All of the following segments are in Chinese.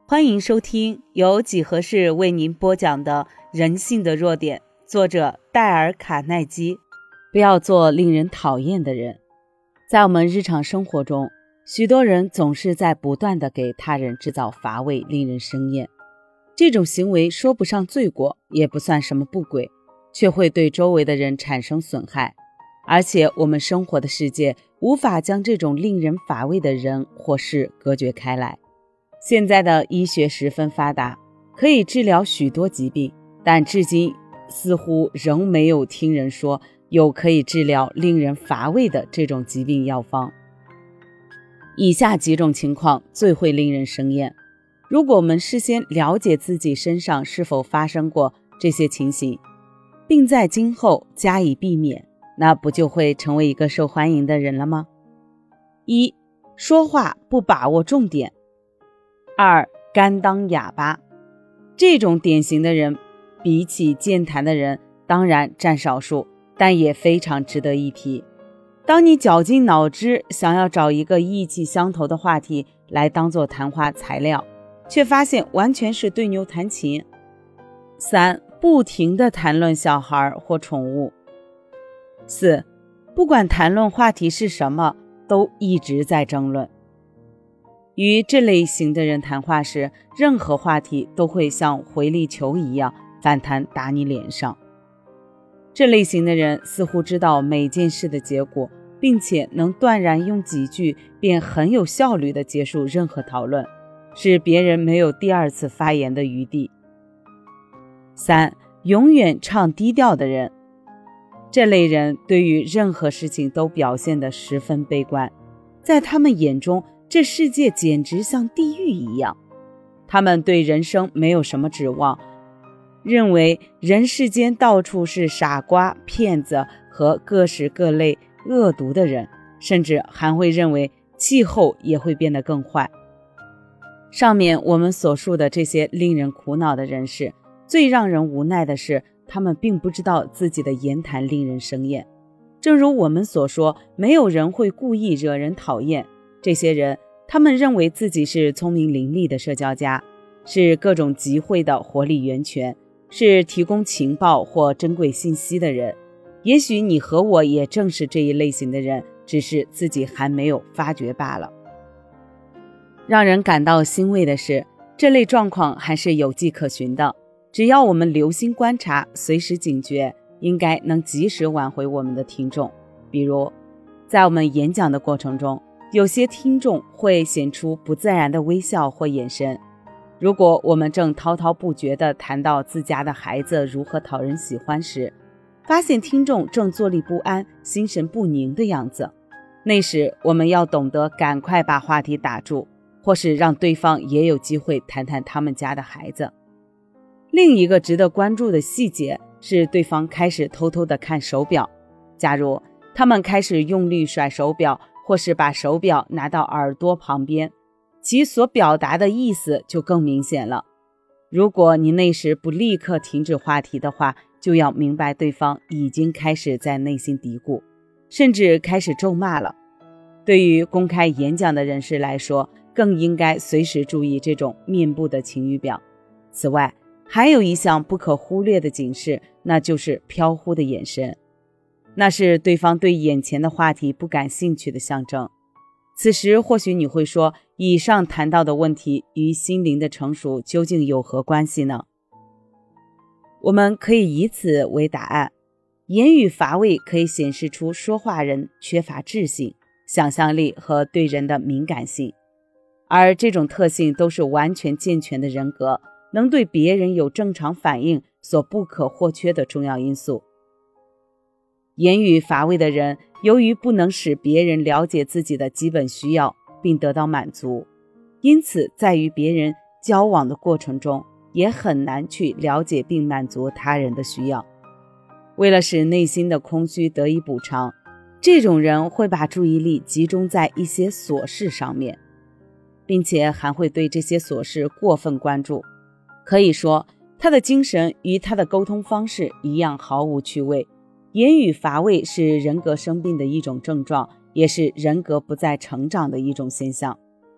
欢迎收听由几何式为您播讲的人性的弱点，作者戴尔·卡耐基。不要做令人讨厌的人。在我们日常生活中，许多人总是在不断地给他人制造乏味，令人生厌。这种行为说不上罪过，也不算什么不轨，却会对周围的人产生损害。而且我们生活的世界无法将这种令人乏味的人或事隔绝开来。现在的医学十分发达，可以治疗许多疾病，但至今似乎仍没有听人说有可以治疗令人乏味的这种疾病药方。以下几种情况最会令人生厌。如果我们事先了解自己身上是否发生过这些情形，并在今后加以避免，那不就会成为一个受欢迎的人了吗？一、说话不把握重点。二、甘当哑巴。这种典型的人比起健谈的人当然占少数，但也非常值得一提。当你绞尽脑汁想要找一个意气相投的话题来当作谈话材料，却发现完全是对牛弹琴。三、不停地谈论小孩或宠物。四、不管谈论话题是什么，都一直在争论。与这类型的人谈话时，任何话题都会像回力球一样反弹打你脸上。这类型的人似乎知道每件事的结果，并且能断然用几句便很有效率地结束任何讨论，使别人没有第二次发言的余地。三、永远唱低调的人。这类人对于任何事情都表现得十分悲观，在他们眼中，这世界简直像地狱一样。他们对人生没有什么指望，认为人世间到处是傻瓜、骗子和各式各类恶毒的人，甚至还会认为气候也会变得更坏。上面我们所述的这些令人苦恼的人士，最让人无奈的是，他们并不知道自己的言谈令人生厌。正如我们所说，没有人会故意惹人讨厌。这些人，他们认为自己是聪明伶俐的社交家，是各种集会的活力源泉，是提供情报或珍贵信息的人。也许你和我也正是这一类型的人，只是自己还没有发觉罢了。让人感到欣慰的是，这类状况还是有迹可循的。只要我们留心观察，随时警觉，应该能及时挽回我们的听众。比如，在我们演讲的过程中，有些听众会显出不自然的微笑或眼神。如果我们正滔滔不绝地谈到自家的孩子如何讨人喜欢时，发现听众正坐立不安、心神不宁的样子，那时我们要懂得赶快把话题打住，或是让对方也有机会谈谈他们家的孩子。另一个值得关注的细节是，对方开始偷偷地看手表。假如他们开始用力甩手表，或是把手表拿到耳朵旁边，其所表达的意思就更明显了。如果你那时不立刻停止话题的话，就要明白对方已经开始在内心嘀咕，甚至开始咒骂了。对于公开演讲的人士来说，更应该随时注意这种面部的晴雨表。此外，还有一项不可忽略的警示，那就是飘忽的眼神。那是对方对眼前的话题不感兴趣的象征。此时或许你会说，以上谈到的问题与心灵的成熟究竟有何关系呢？我们可以以此为答案。言语乏味可以显示出说话人缺乏智性、想象力和对人的敏感性，而这种特性都是完全健全的人格能对别人有正常反应所不可或缺的重要因素。言语乏味的人，由于不能使别人了解自己的基本需要并得到满足，因此在与别人交往的过程中，也很难去了解并满足他人的需要。为了使内心的空虚得以补偿，这种人会把注意力集中在一些琐事上面，并且还会对这些琐事过分关注。可以说，他的精神与他的沟通方式一样毫无趣味。言语乏味是人格生病的一种症状，也是人格不再成长的一种现象。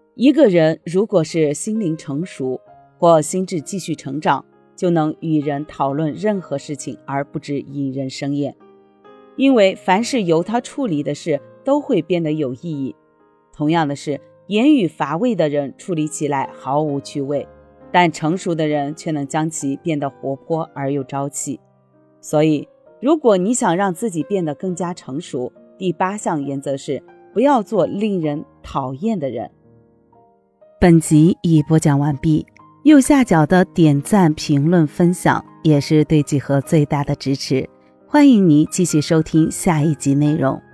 一个人如果是心灵成熟或心智继续成长，就能与人讨论任何事情而不致引人生厌，因为凡是由他处理的事都会变得有意义。同样的是，言语乏味的人处理起来毫无趣味，但成熟的人却能将其变得活泼而又朝气。所以如果你想让自己变得更加成熟，第8项原则是不要做令人讨厌的人。本集已播讲完毕，右下角的点赞、评论、分享也是对几何最大的支持。欢迎你继续收听下一集内容。